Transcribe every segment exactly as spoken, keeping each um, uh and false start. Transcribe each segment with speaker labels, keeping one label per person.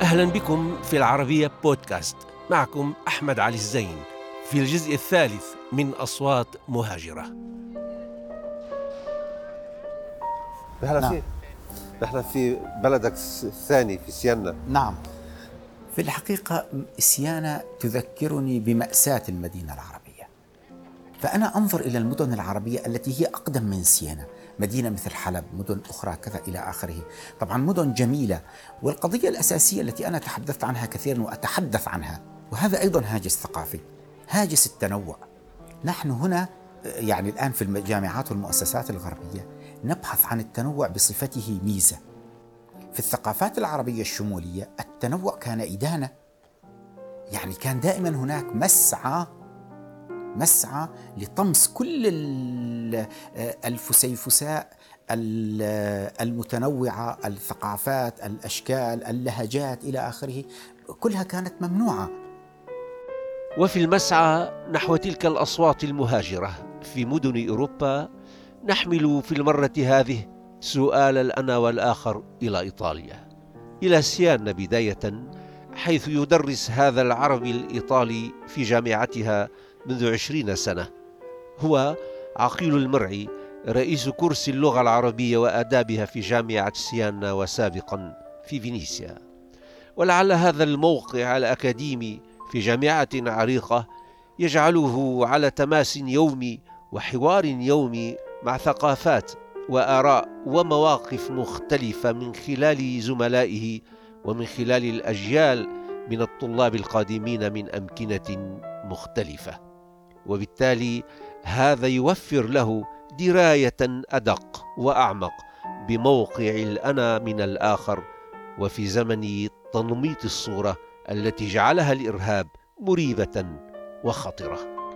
Speaker 1: أهلا بكم في العربية بودكاست. معكم أحمد علي الزين في الجزء الثالث من أصوات مهاجرة.
Speaker 2: نحن
Speaker 3: نعم.
Speaker 2: في نحن في بلدك الثاني في سينا.
Speaker 3: نعم، في الحقيقة سيانا تذكرني بمأساة المدينة العربية، فأنا أنظر إلى المدن العربية التي هي أقدم من سينا، مدينة مثل حلب، مدن أخرى كذا إلى آخره، طبعا مدن جميلة. والقضية الأساسية التي أنا تحدثت عنها كثيرا وأتحدث عنها، وهذا أيضا هاجس ثقافي، هاجس التنوع. نحن هنا يعني الآن في الجامعات والمؤسسات الغربية نبحث عن التنوع بصفته ميزة. في الثقافات العربية الشمولية التنوع كان إدانة، يعني كان دائما هناك مسعى مسعى لطمس كل الفسيفساء المتنوعة، الثقافات، الأشكال، اللهجات إلى آخره، كلها كانت ممنوعة.
Speaker 1: وفي المسعى نحو تلك الأصوات المهاجرة في مدن أوروبا نحمل في المرة هذه سؤال الأنا والآخر إلى إيطاليا، إلى سيانا بداية، حيث يدرس هذا العربي الإيطالي في جامعتها منذ عشرين سنة. هو عقيل المرعي، رئيس كرسي اللغة العربية وآدابها في جامعة سيانا وسابقا في فينيسيا. ولعل هذا الموقع الأكاديمي في جامعة عريقة يجعله على تماس يومي وحوار يومي مع ثقافات وآراء ومواقف مختلفة من خلال زملائه ومن خلال الأجيال من الطلاب القادمين من أمكنة مختلفة، وبالتالي هذا يوفر له دراية أدق وأعمق بموقع الأنا من الآخر، وفي زمن تنميط الصورة التي جعلها الإرهاب مريبة وخطرة.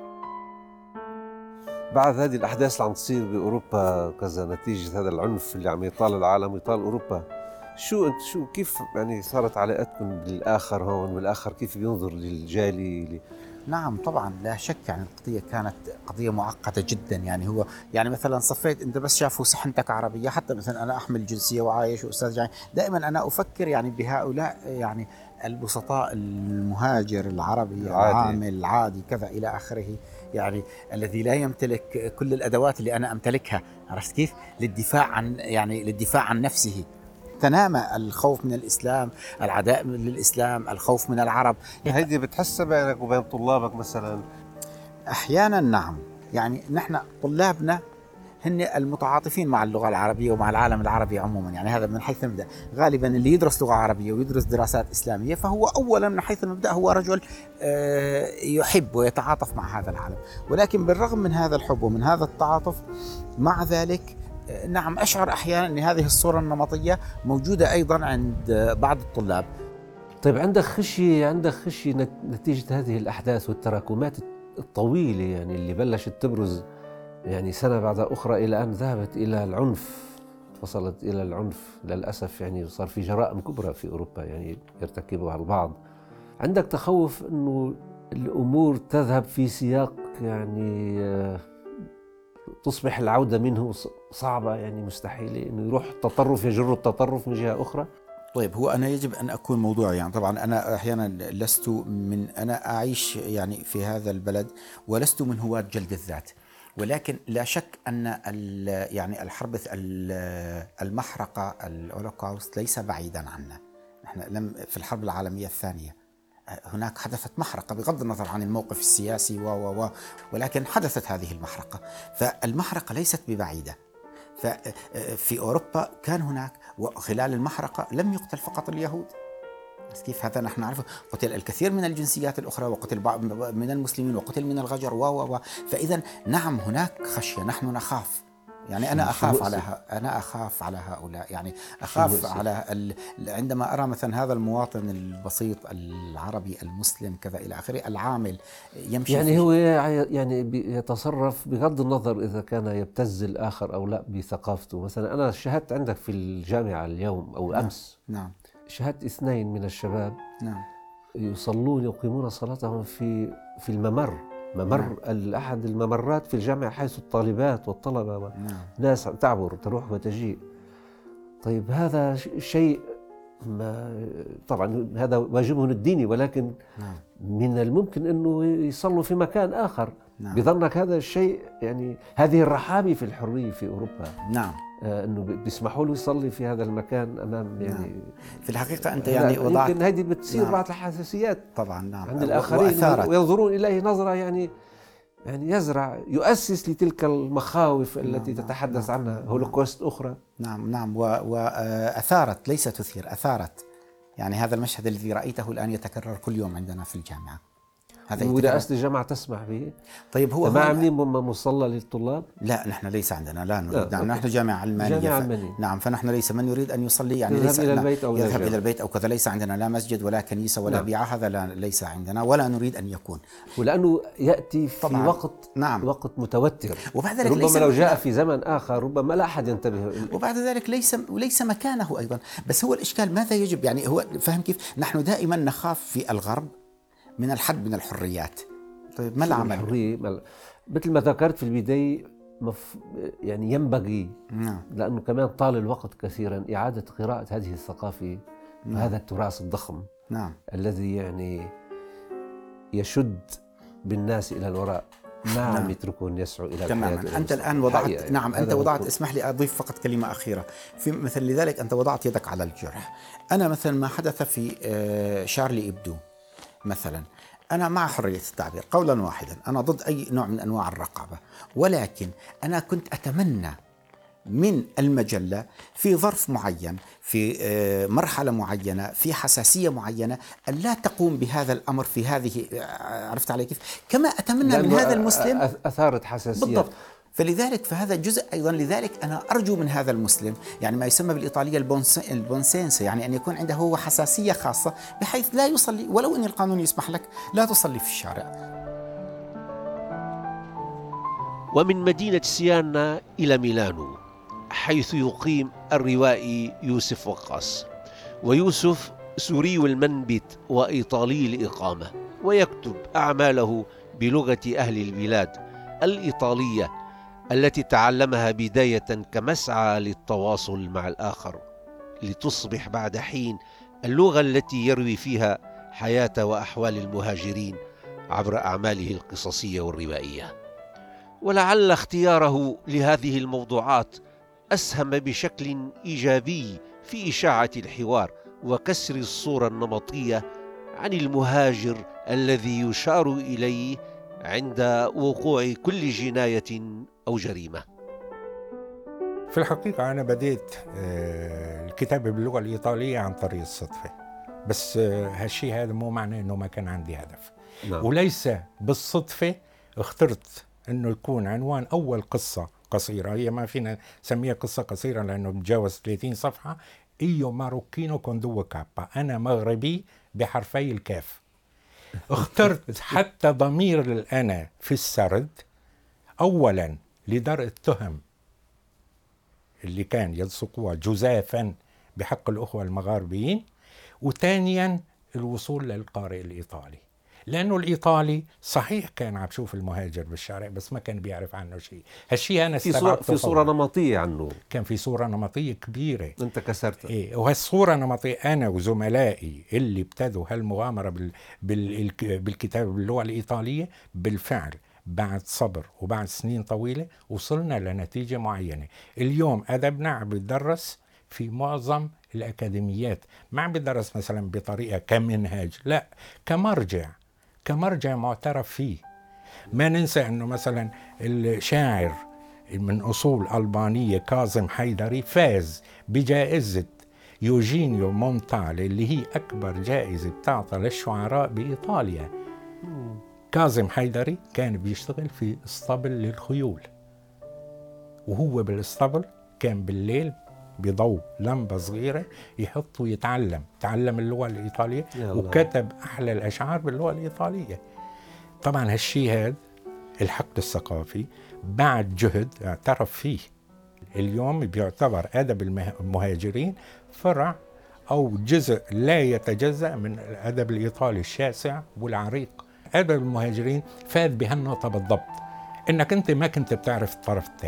Speaker 2: بعد هذه الأحداث اللي عم تصير بأوروبا كذا نتيجة هذا العنف اللي عم يطال العالم ويطال أوروبا، شو أنت شو كيف يعني صارت علاقتكم بالآخر هون، والآخر كيف بينظر للجالي؟
Speaker 3: نعم طبعا لا شك، يعني القضية كانت قضية معقدة جدا. يعني هو يعني مثلا صفيت انت بس شافوا صحنتك عربية، حتى مثلا انا احمل جنسية وعايش واستاذ جاي، دائما انا افكر يعني بهؤلاء يعني البسطاء، المهاجر العربي العامل العادي كذا الى اخره، يعني الذي لا يمتلك كل الادوات اللي انا امتلكها، عرفت كيف؟ للدفاع عن يعني للدفاع عن نفسه. تنامى الخوف من الإسلام، العداء للإسلام، الخوف من العرب.
Speaker 2: هيدي بتحسها بينك وبين طلابك مثلا؟
Speaker 3: أحيانا نعم، يعني نحن طلابنا هن المتعاطفين مع اللغة العربية ومع العالم العربي عموما، يعني هذا من حيث المبدأ. غالبا اللي يدرس لغة عربية ويدرس دراسات إسلامية فهو أولا من حيث المبدأ هو رجل يحب ويتعاطف مع هذا العالم، ولكن بالرغم من هذا الحب ومن هذا التعاطف، مع ذلك نعم أشعر أحيانا أن هذه الصورة النمطية موجودة أيضا عند بعض الطلاب.
Speaker 1: طيب عندك خشية عندك خشية نتيجة هذه الأحداث والتراكمات الطويلة يعني اللي بلشت تبرز يعني سنة بعد أخرى إلى أن ذهبت إلى العنف، وصلت إلى العنف للأسف، يعني صار في جرائم كبرى في أوروبا يعني يرتكبها البعض. عندك تخوف أنه الأمور تذهب في سياق يعني تصبح العودة منه صعبة، يعني مستحيلة أنه يروح التطرف يجر التطرف من جهة أخرى؟
Speaker 3: طيب هو أنا يجب أن أكون موضوعي، يعني طبعا أنا أحيانا لست من أنا أعيش يعني في هذا البلد ولست من هواة جلد الذات، ولكن لا شك أن يعني الحرب المحرقة الهولوكوست ليس بعيدا عنا. نحن لم في الحرب العالمية الثانية هناك حدثت محرقة بغض النظر عن الموقف السياسي و و ولكن حدثت هذه المحرقة، فالمحرقة ليست ببعيدة. ففي أوروبا كان هناك، وخلال المحرقة لم يقتل فقط اليهود، بس كيف هذا نحن نعرفه، قتل الكثير من الجنسيات الأخرى، وقتل بعض من المسلمين، وقتل من الغجر و و فإذا نعم هناك خشية، نحن نخاف، يعني أنا أخاف على أنا أخاف على هؤلاء، يعني أخاف على ال... عندما أرى مثلا هذا المواطن البسيط العربي المسلم كذا إلى آخره العامل يمشي،
Speaker 1: يعني هو يعني يتصرف بغض النظر إذا كان يبتز الآخر أو لا بثقافته. مثلا أنا شاهدت عندك في الجامعة اليوم أو
Speaker 3: نعم.
Speaker 1: أمس
Speaker 3: نعم.
Speaker 1: شاهدت اثنين من الشباب
Speaker 3: نعم.
Speaker 1: يصلون يقيمون صلاتهم في في الممر ممر نعم. أحد الممرات في الجامعة حيث الطالبات والطلبة
Speaker 3: نعم.
Speaker 1: ناس تعبر تروح وتجيء. طيب هذا شيء
Speaker 2: ما طبعا هذا واجبهم الديني، ولكن
Speaker 3: نعم.
Speaker 2: من الممكن أنه يصلوا في مكان آخر.
Speaker 3: نعم.
Speaker 2: بظنك هذا الشيء يعني هذه الرحابة في الحرية في أوروبا؟
Speaker 3: نعم.
Speaker 2: آه أنه بيسمحوا له يصلي في هذا المكان أمام يعني
Speaker 3: نعم. في الحقيقة أنت يعني
Speaker 2: وضعت يمكن هذه بتصير
Speaker 3: نعم.
Speaker 2: بعض الحساسيات
Speaker 3: طبعا نعم.
Speaker 2: عند الآخرين
Speaker 3: وأثارت.
Speaker 2: وينظرون إليه نظرة يعني يعني يزرع يؤسس لتلك المخاوف التي
Speaker 3: نعم.
Speaker 2: تتحدث
Speaker 3: نعم.
Speaker 2: عنها هولوكوست أخرى.
Speaker 3: نعم نعم. وأثارت ليس تثير، أثارت. يعني هذا المشهد الذي رأيته الآن يتكرر كل يوم عندنا في الجامعة.
Speaker 2: ورئاسة الجامعة تسمح به؟
Speaker 3: طيب هو
Speaker 2: ما عاملين مصلى للطلاب؟
Speaker 3: لا، نحن ليس عندنا، لا نريد. نعم، نحن جامعة علمانية.
Speaker 2: جامعة
Speaker 3: ف...
Speaker 2: علمانية.
Speaker 3: نعم، فنحن ليس من يريد أن يصلي يعني
Speaker 2: يذهب
Speaker 3: ليس
Speaker 2: إلى البيت أو
Speaker 3: يذهب
Speaker 2: إلى
Speaker 3: البيت أو كذا. ليس عندنا لا مسجد ولا كنيسة ولا
Speaker 2: نعم.
Speaker 3: بيعة، هذا لا ليس عندنا ولا نريد أن يكون.
Speaker 2: ولأنه يأتي في طبعاً. وقت
Speaker 3: نعم.
Speaker 2: وقت متوتر،
Speaker 3: وبعد ذلك
Speaker 2: ربما
Speaker 3: ليس
Speaker 2: لو جاء في زمن آخر ربما لا أحد ينتبه.
Speaker 3: وبعد ذلك ليس وليس مكانه أيضا. بس هو الإشكال ماذا يجب يعني هو فهم كيف نحن دائما نخاف في الغرب من الحد من الحريات. طيب ما العمل؟
Speaker 2: الحرية مل... مثل ما ذكرت في البداية مف... يعني ينبغي
Speaker 3: نعم.
Speaker 2: لأنه كمان طال الوقت كثيرا إعادة قراءة هذه الثقافة
Speaker 3: نعم.
Speaker 2: وهذا التراث الضخم
Speaker 3: نعم.
Speaker 2: الذي يعني يشد بالناس إلى الوراء، ما
Speaker 3: نعم.
Speaker 2: عم يتركون يسعوا إلى
Speaker 3: تماما.
Speaker 2: الحياة.
Speaker 3: أنت الآن وضعت
Speaker 2: يعني.
Speaker 3: نعم أنت وضعت اسمح لي أضيف فقط كلمة أخيرة في مثل لذلك. أنت وضعت يدك على الجرح. أنا مثلا ما حدث في شارلي إبدو مثلا، أنا مع حرية التعبير قولا واحدا، أنا ضد أي نوع من أنواع الرقابة، ولكن أنا كنت أتمنى من المجلة في ظرف معين، في مرحلة معينة، في حساسية معينة، أن لا تقوم بهذا الأمر في هذه، عرفت علي كيف؟ كما أتمنى من هذا المسلم.
Speaker 2: أثارت حساسية
Speaker 3: بالضبط. فلذلك فهذا جزء أيضا. لذلك أنا أرجو من هذا المسلم يعني ما يسمى بالإيطالية البونسنس، يعني أن يكون عنده هو حساسية خاصة بحيث لا يصلي، ولو أن القانون يسمح لك لا تصلي في الشارع.
Speaker 1: ومن مدينة سيانا إلى ميلانو حيث يقيم الروائي يوسف وقاص. ويوسف سوري المنبت وإيطالي الإقامة، ويكتب أعماله بلغة أهل البلاد الإيطالية التي تعلمها بداية كمسعى للتواصل مع الآخر، لتصبح بعد حين اللغة التي يروي فيها حياة وأحوال المهاجرين عبر أعماله القصصية والروائية. ولعل اختياره لهذه الموضوعات أسهم بشكل إيجابي في إشاعة الحوار وكسر الصورة النمطية عن المهاجر الذي يشار إليه عند وقوع كل جناية أو جريمة.
Speaker 4: في الحقيقة أنا بديت الكتابة باللغة الإيطالية عن طريق الصدفة، بس هالشيء هذا مو معناه أنه ما كان عندي هدف. نعم. وليس بالصدفة اخترت أنه يكون عنوان أول قصة قصيرة، هي ما فينا نسميها قصة قصيرة لأنه متجاوز ثلاثين صفحة، إيو ماروكينو كون دو كابا، أنا مغربي بحرفي الكاف. اخترت حتى ضمير الأنا في السرد، أولا لدرء التهم اللي كان يلصقوها جزافا بحق الأخوة المغاربيين، وثانيا الوصول للقارئ الإيطالي، لأنه الإيطالي صحيح كان عم بشوف المهاجر بالشارع بس ما كان بيعرف عنه شيء. هالشيء أنا
Speaker 2: استبعدته. في صورة نمطية عنه،
Speaker 4: كان في صورة نمطية كبيرة
Speaker 2: أنت كسرتها.
Speaker 4: إيه، وهالصورة النمطية أنا وزملائي اللي ابتدوا هالمغامرة بال... بال... بالكتابة باللغة الإيطالية بالفعل بعد صبر وبعد سنين طويلة وصلنا لنتيجة معينة. اليوم أدبنا عم بيدرس في معظم الأكاديميات، ما عم بيدرس مثلا بطريقة كمنهاج، لا، كمرجع كمرجع معترف فيه. ما ننسى أنه مثلا الشاعر من أصول ألبانية كاظم حيدري فاز بجائزة يوجينيو مونتالي اللي هي أكبر جائزة بتعطى للشعراء بإيطاليا. كاظم حيدري كان بيشتغل في اسطبل للخيول، وهو بالاسطبل كان بالليل بضوء لمبة صغيرة يحط ويتعلم تعلم اللغة الإيطالية، وكتب أحلى الأشعار باللغة الإيطالية. طبعا هالشيء هذا الحقل الثقافي بعد جهد اعترف فيه. اليوم بيعتبر أدب المهاجرين فرع أو جزء لا يتجزأ من الأدب الإيطالي الشاسع والعريق. أدب المهاجرين فاز بهالنقطة بالضبط، إنك أنت ما كنت بتعرف الطرف الثاني،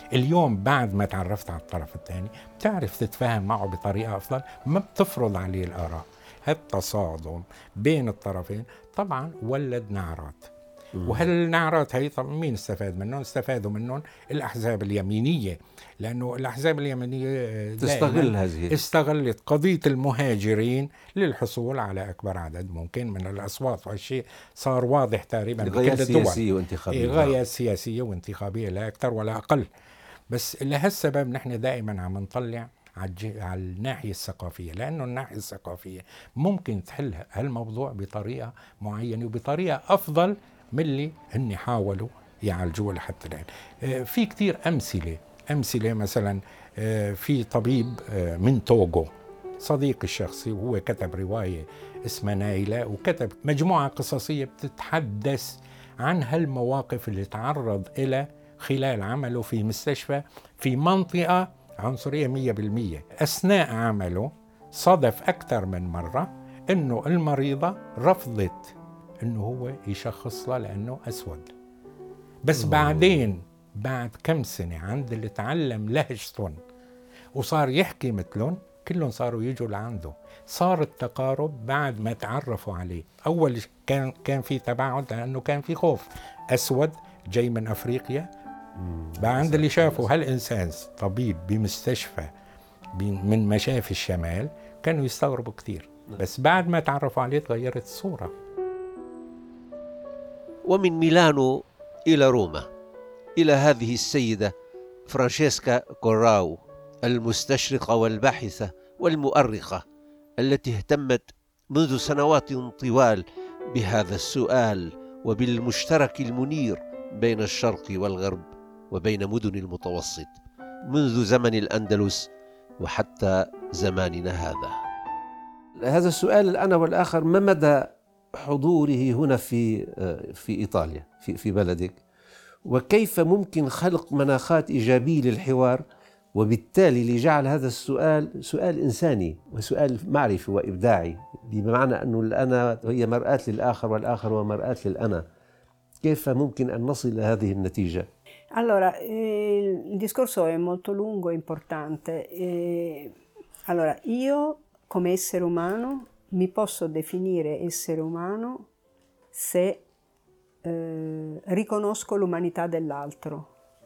Speaker 4: اليوم بعد ما تعرفت على الطرف الثاني بتعرف تتفاهم معه بطريقة أفضل، ما بتفرض عليه الآراء. هالتصادم بين الطرفين طبعا ولد نعرات، وهالنعرات هي طبعا مين استفاد منهم؟ استفادوا منهم الأحزاب اليمينية، لأنه الأحزاب اليمينية
Speaker 2: تستغل هذه
Speaker 4: استغلت قضية المهاجرين للحصول على أكبر عدد ممكن من الأصوات، والشيء صار واضح تقريبا بكل
Speaker 2: غاية
Speaker 4: الدول.
Speaker 2: سياسية وانتخابية.
Speaker 4: إيه، غاية سياسية وانتخابية لا أكثر ولا أقل. بس لهالسبب نحن دائما عم نطلع على الناحية الثقافية، لأنه الناحية الثقافية ممكن تحل هالموضوع بطريقة معينة وبطريقة أفضل من اللي هن حاولوا يعالجوه لحتى الآن. في كتير أمثلة أمثلة مثلا في طبيب من توغو صديقي الشخصي، وهو كتب رواية اسمها نايلة، وكتب مجموعة قصصية بتتحدث عن هالمواقف اللي تعرض إلى خلال عمله في مستشفى في منطقة عنصرية مية بالمية. أثناء عمله صادف أكثر من مرة أنه المريضة رفضت أنه هو يشخص لها لأنه أسود، بس أوه. بعدين بعد كم سنة عند اللي تعلم لهجتهم وصار يحكي مثلهم كلهم صاروا يجوا لعنده. صار التقارب بعد ما تعرفوا عليه. أول كان كان في تباعد لأنه كان في خوف، أسود جاي من أفريقيا. بعد اللي شافوا هالإنسان طبيب بمستشفى من مشافي الشمال كانوا يستغربوا كثير، بس بعد ما تعرفوا عليه تغيرت الصورة.
Speaker 1: ومن ميلانو إلى روما، إلى هذه السيدة فرانشيسكا كوراو، المستشرقة والباحثة والمؤرخة التي اهتمت منذ سنوات طوال بهذا السؤال وبالمشترك المنير بين الشرق والغرب وبين مدن المتوسط منذ زمن الأندلس وحتى زماننا هذا.
Speaker 2: هذا السؤال الأنا والآخر ما مدى حضوره هنا في في إيطاليا في في بلدك، وكيف ممكن خلق مناخات إيجابية للحوار، وبالتالي لجعل هذا السؤال سؤال إنساني وسؤال معرفي وإبداعي، بمعنى أنه الأنا هي مرآة للآخر والآخر هو مرآة للأنا. كيف ممكن أن نصل إلى هذه النتيجة؟
Speaker 5: Allora, eh, il discorso è molto lungo e importante. Eh, allora, io come essere umano mi posso definire essere umano se eh, riconosco l'umanità dell'altro.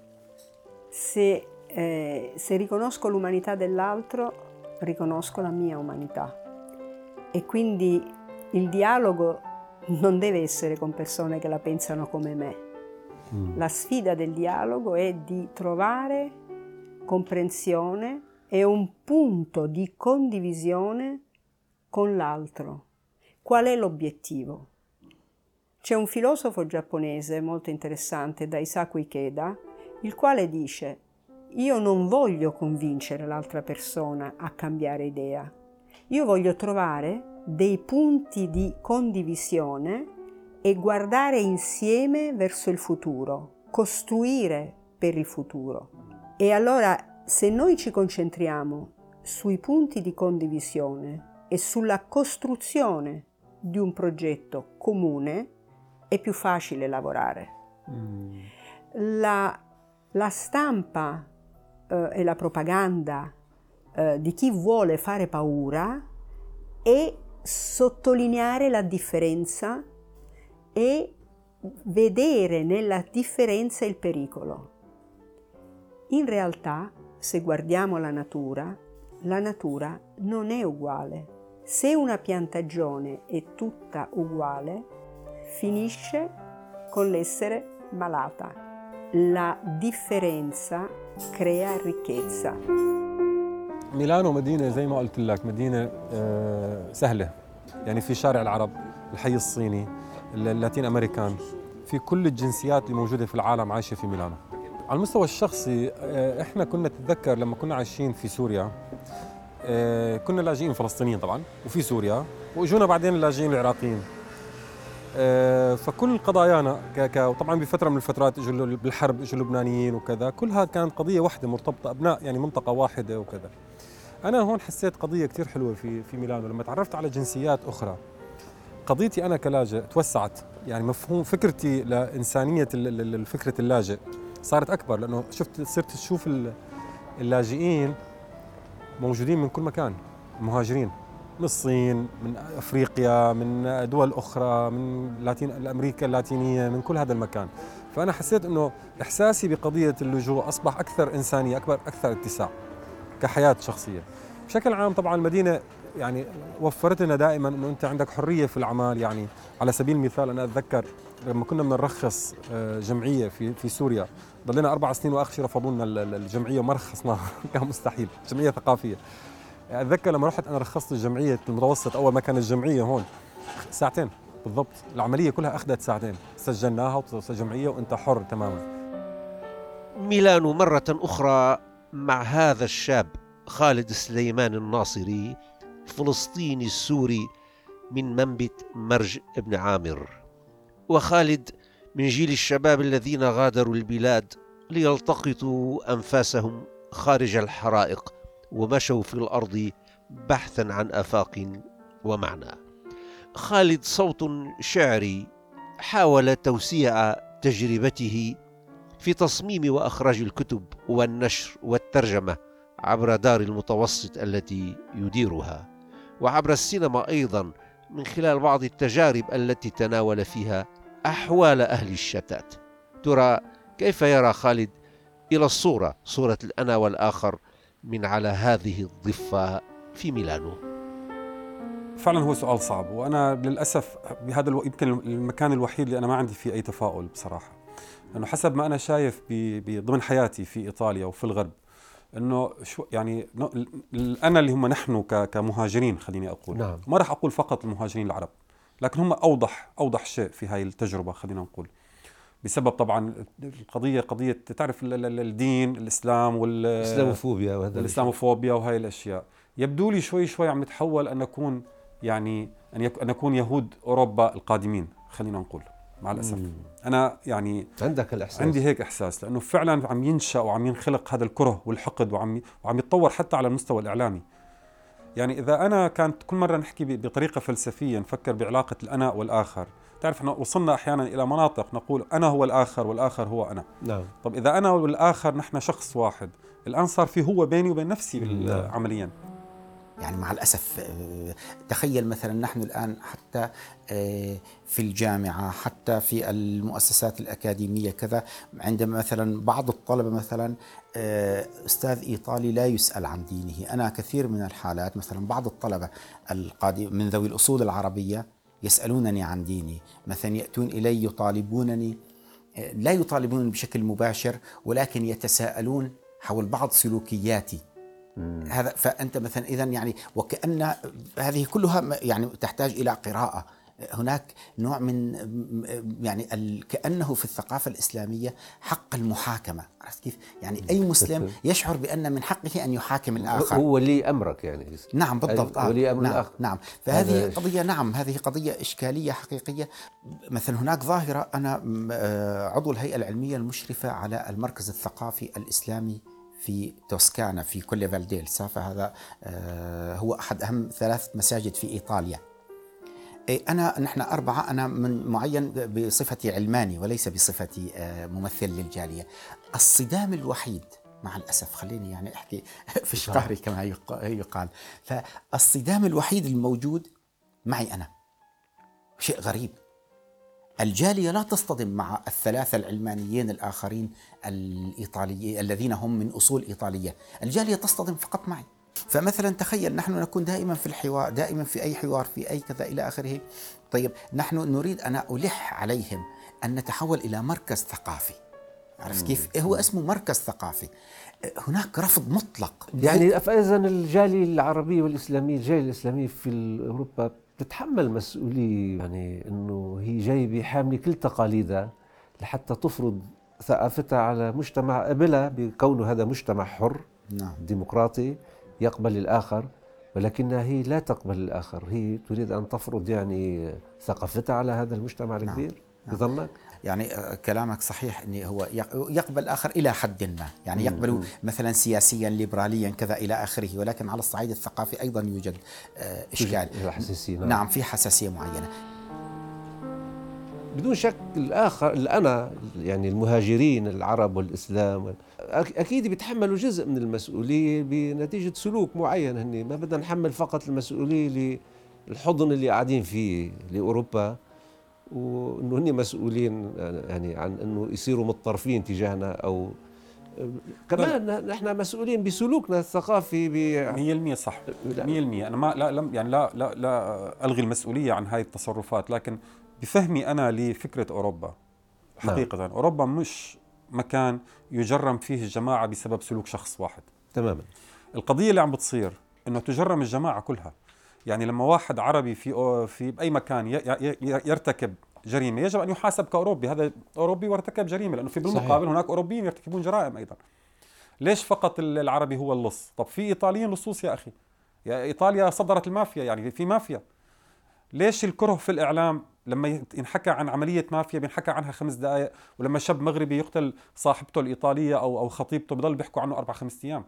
Speaker 5: Se, eh, se riconosco l'umanità dell'altro, riconosco la mia umanità. E quindi il dialogo non deve essere con persone che la pensano come me. Mm. La sfida del dialogo è di trovare comprensione e un punto di condivisione con l'altro. Qual è l'obiettivo? C'è un filosofo giapponese molto interessante, Daisaku Ikeda, il quale dice: io non voglio convincere l'altra persona a cambiare idea, io voglio trovare dei punti di condivisione e guardare insieme verso il futuro, costruire per il futuro. E allora, se noi ci concentriamo sui punti di condivisione e sulla costruzione di un progetto comune, è più facile lavorare. Mm. La, la stampa eh, e la propaganda eh, di chi vuole fare paura è sottolineare la differenza e vedere nella differenza il pericolo. In realtà, se guardiamo la natura, la natura non è uguale. Se una piantagione è tutta uguale, finisce con l'essere malata. La differenza crea ricchezza.
Speaker 6: ميلانو مدينة زي ما قلت لك مدينة سهلة، يعني في شارع العرب، الحي الصيني، اللاتين أمريكان، في كل الجنسيات اللي موجودة في العالم عايشة في ميلانو. على المستوى الشخصي احنا كنا نتذكر لما كنا عايشين في سوريا، كنا لاجئين فلسطينيين طبعا وفي سوريا، واجونا بعدين اللاجئين العراقيين. فكل قضايانا طبعا بفتره من الفترات اجوا بالحرب اجوا اللبنانيين وكذا، كلها كانت قضيه واحده مرتبطه ابناء يعني منطقه واحده وكذا. انا هون حسيت قضيه كثير حلوه في في ميلانو لما تعرفت على جنسيات اخرى. قضيتي انا كلاجئ توسعت، يعني مفهوم فكرتي لانسانيه فكره اللاجئ صارت اكبر، لانه شفت صرت تشوف اللاجئين موجودين من كل مكان، المهاجرين من الصين، من افريقيا، من دول اخرى، من لاتين امريكا اللاتينيه، من كل هذا المكان. فانا حسيت انه احساسي بقضيه اللجوء اصبح اكثر انسانيه، اكبر اكثر اتساع كحياه شخصيه. بشكل عام طبعا المدينه يعني وفرت لنا دائما انه انت عندك حريه في الاعمال. يعني على سبيل المثال انا اتذكر لما كنا بدنا نرخص جمعيه في في سوريا، ضلينا اربع سنين واخر شيء رفضوا لنا الجمعيه وما رخصناها كان مستحيل، جمعيه ثقافيه. اتذكر لما رحت انا رخصت الجمعيه المتوسط، اول ما كانت الجمعيه هون ساعتين بالضبط، العمليه كلها اخذت ساعتين، سجلناها وصرت جمعيه وانت حر تماما.
Speaker 1: ميلانو مرة أخرى مع هذا الشاب خالد سليمان الناصري، فلسطيني السوري من منبت مرج بن عامر. وخالد من جيل الشباب الذين غادروا البلاد ليلتقطوا أنفاسهم خارج الحرائق ومشوا في الأرض بحثا عن آفاق ومعنى. خالد صوت شعري حاول توسيع تجربته في تصميم وإخراج الكتب والنشر والترجمة عبر دار المتوسط التي يديرها، وعبر السينما أيضا من خلال بعض التجارب التي تناول فيها أحوال أهل الشتات. ترى كيف يرى خالد إلى الصورة، صورة الأنا والآخر من على هذه الضفة في ميلانو؟
Speaker 6: فعلا هو سؤال صعب، وأنا للأسف بهذا الو... يمكن المكان الوحيد اللي أنا ما عندي فيه أي تفاؤل بصراحة، لأنه حسب ما أنا شايف ضمن حياتي في إيطاليا وفي الغرب، انه شو يعني انا اللي هم نحن كمهاجرين، خليني اقول
Speaker 2: نعم.
Speaker 6: ما راح اقول فقط المهاجرين العرب، لكن هم اوضح اوضح شيء في هاي التجربه، خلينا نقول بسبب طبعا القضيه قضيه تعرف الدين الاسلام
Speaker 2: والاسلاموفوبيا وهذا
Speaker 6: الاسلاموفوبيا وهي الاشياء. يبدو لي شوي شوي عم نتحول ان نكون يعني ان نكون يهود اوروبا القادمين، خلينا نقول مع الاسف. مم. انا يعني
Speaker 2: عندك الاحساس؟
Speaker 6: عندي هيك احساس، لانه فعلا عم ينشا وعم ينخلق هذا الكره والحقد، وعم وعم يتطور حتى على المستوى الاعلامي. يعني اذا انا كانت كل مره نحكي بطريقه فلسفيه نفكر بعلاقه الانا والاخر، تعرف احنا وصلنا احيانا الى مناطق نقول انا هو الاخر والاخر هو انا.
Speaker 2: نعم.
Speaker 6: طب اذا انا والاخر نحن شخص واحد، الان صار في هو بيني وبين نفسي نعم. عمليا.
Speaker 3: يعني مع الأسف تخيل مثلا نحن الآن حتى في الجامعة، حتى في المؤسسات الأكاديمية كذا، عندما مثلا بعض الطلبة مثلا أستاذ إيطالي لا يسأل عن دينه. أنا كثير من الحالات مثلا بعض الطلبة القادم من ذوي الأصول العربية يسألونني عن ديني، مثلا يأتون إلي يطالبونني، لا يطالبون بشكل مباشر ولكن يتساءلون حول بعض سلوكياتي. مم. هذا فأنت مثلا إذن يعني وكأن هذه كلها يعني تحتاج إلى قراءة. هناك نوع من يعني كأنه في الثقافة الإسلامية حق المحاكمة، عرفت كيف؟ يعني أي مسلم يشعر بأن من حقه أن يحاكم الآخر،
Speaker 2: هو ولي أمرك يعني.
Speaker 3: نعم بالضبط.
Speaker 2: آه. ولي أمر
Speaker 3: نعم.
Speaker 2: الآخر.
Speaker 3: نعم. فهذه قضية، نعم هذه قضية إشكالية حقيقية. مثلا هناك ظاهرة، أنا عضو الهيئة العلمية المشرفة على المركز الثقافي الإسلامي في توسكانا في كولي فالديلسا، فهذا هو أحد أهم ثلاث مساجد في إيطاليا. أنا نحن أربعة، أنا من معين بصفتي علماني وليس بصفتي ممثل للجالية. الصدام الوحيد مع الأسف، خليني يعني أحكي في شقاري كما يقال، فالصدام الوحيد الموجود معي أنا. شيء غريب، الجالية لا تصطدم مع الثلاثة العلمانيين الآخرين الإيطاليين الذين هم من أصول إيطالية، الجالية تصطدم فقط معي. فمثلا تخيل نحن نكون دائما في الحوار، دائما في أي حوار في أي كذا إلى آخره. طيب نحن نريد، أنا ألح عليهم أن نتحول إلى مركز ثقافي، عرفت كيف؟ هو اسمه مركز ثقافي. هناك رفض مطلق.
Speaker 2: يعني فإذا الجالية العربية والإسلامية، الجالية الإسلامية في أوروبا تتحمل مسؤولية، يعني أنه هي جايبة حاملة كل تقاليدها لحتى تفرض ثقافتها على مجتمع قبلها بكونه هذا مجتمع حر.
Speaker 3: نعم.
Speaker 2: ديمقراطي يقبل الآخر، ولكنها هي لا تقبل الآخر، هي تريد أن تفرض يعني ثقافتها على هذا المجتمع الكبير. نعم. بظنك؟
Speaker 3: يعني كلامك صحيح، أنه هو يقبل الآخر إلى حد ما، يعني يقبل مثلا سياسيا ليبراليا كذا إلى آخره، ولكن على الصعيد الثقافي أيضا يوجد إشكال.
Speaker 2: حساسية.
Speaker 3: نعم في حساسية معينة.
Speaker 2: بدون شك الآخر الأنا يعني المهاجرين العرب والإسلام أكيد بيتحملوا جزء من المسؤولية بنتيجة سلوك معين. هني ما بدنا نحمل فقط المسؤولية للحضن اللي قاعدين فيه لأوروبا، وإنه هني مسؤولين يعني عن إنه يصيروا متطرفين تجاهنا، أو كمان نحن مسؤولين بسلوكنا الثقافي ب
Speaker 6: مية بالمية صح. مية بالمية أنا ما لا لم يعني لا لا لا ألغي المسؤولية عن هاي التصرفات، لكن بفهمي أنا لفكرة أوروبا حقيقة نعم. أوروبا مش مكان يجرم فيه الجماعة بسبب سلوك شخص واحد
Speaker 2: تماما.
Speaker 6: القضية اللي عم بتصير إنه تجرم الجماعة كلها. يعني لما واحد عربي في في بأي مكان يرتكب جريمة يجب أن يحاسب كأوروبي، هذا أوروبي وارتكب جريمة، لأنه في بالمقابل هناك أوروبيين يرتكبون جرائم أيضا. ليش فقط العربي هو اللص؟ طب في إيطاليين لصوص يا أخي، يا إيطاليا صدرت المافيا، يعني في مافيا. ليش الكره في الإعلام لما ينحكى عن عملية مافيا بينحكى عنها خمس دقائق، ولما شاب مغربي يقتل صاحبته الإيطالية أو أو خطيبته بضل بيحكوا عنه أربع خمس أيام؟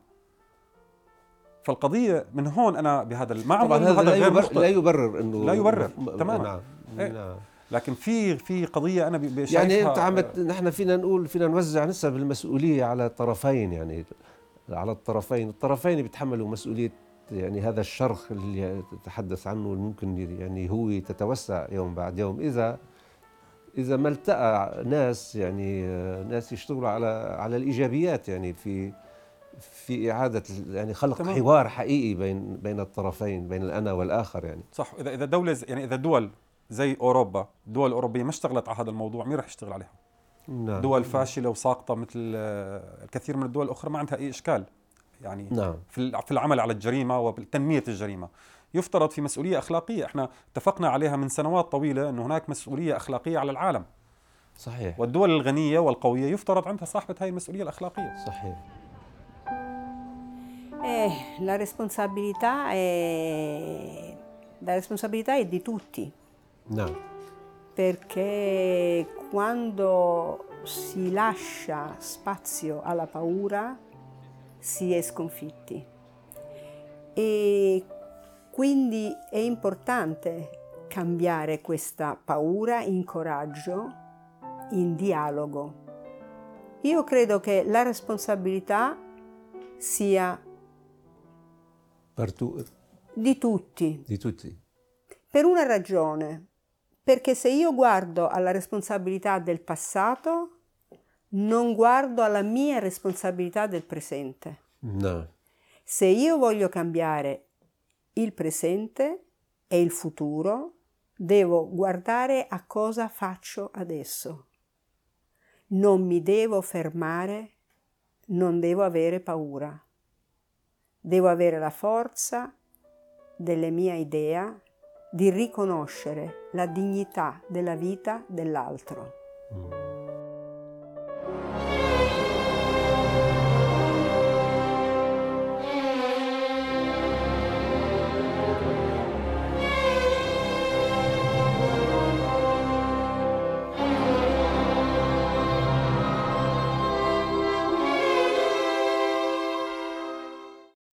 Speaker 6: فالقضية من هون أنا بهذا ما
Speaker 2: طبعا هذا لا, غير يبرر لا يبرر إنه
Speaker 6: لا يبرر تماما.
Speaker 2: نعم.
Speaker 6: إيه؟
Speaker 2: نعم.
Speaker 6: لكن في في قضية أنا بشايفها
Speaker 2: يعني أنت عم نحن فينا نقول فينا نوزع نسب المسؤولية على الطرفين، يعني على الطرفين الطرفين بيتحملوا مسؤولية يعني هذا الشرخ اللي تتحدث عنه ممكن يعني هو تتوسع يوم بعد يوم إذا إذا ما التقى ناس يعني ناس يشتغلوا على على الإيجابيات، يعني في في إعادة يعني خلق تمام. حوار حقيقي بين بين الطرفين، بين الأنا والآخر يعني.
Speaker 6: صح. إذا إذا دولة يعني إذا دول زي أوروبا، الدول الأوروبية ما اشتغلت على هذا الموضوع، مين راح يشتغل عليها؟
Speaker 2: نعم. دول
Speaker 6: فاشلة وساقطة مثل الكثير من الدول الأخرى ما عندها أي إشكال يعني
Speaker 2: نعم.
Speaker 6: في في العمل على الجريمة وتنمية الجريمة. يفترض في مسؤولية أخلاقية، احنا اتفقنا عليها من سنوات طويلة أنه هناك مسؤولية أخلاقية على العالم.
Speaker 2: صحيح.
Speaker 6: والدول الغنية والقوية يفترض عندها صاحبة هاي المسؤولية الأخلاقية.
Speaker 2: صحيح.
Speaker 5: Eh, la responsabilità è la responsabilità è di tutti.
Speaker 2: No.
Speaker 5: Perché quando si lascia spazio alla paura si è sconfitti. E quindi è importante cambiare questa paura in coraggio, in dialogo. Io credo che la responsabilità sia di tutti.
Speaker 2: Di tutti.
Speaker 5: Per una ragione, perché se io guardo alla responsabilità del passato, non guardo alla mia responsabilità del presente.
Speaker 2: No.
Speaker 5: Se io voglio cambiare il presente e il futuro, devo guardare a cosa faccio adesso. Non mi devo fermare, non devo avere paura. Devo avere la forza della mia idea di riconoscere la dignità della vita dell'altro. Mm.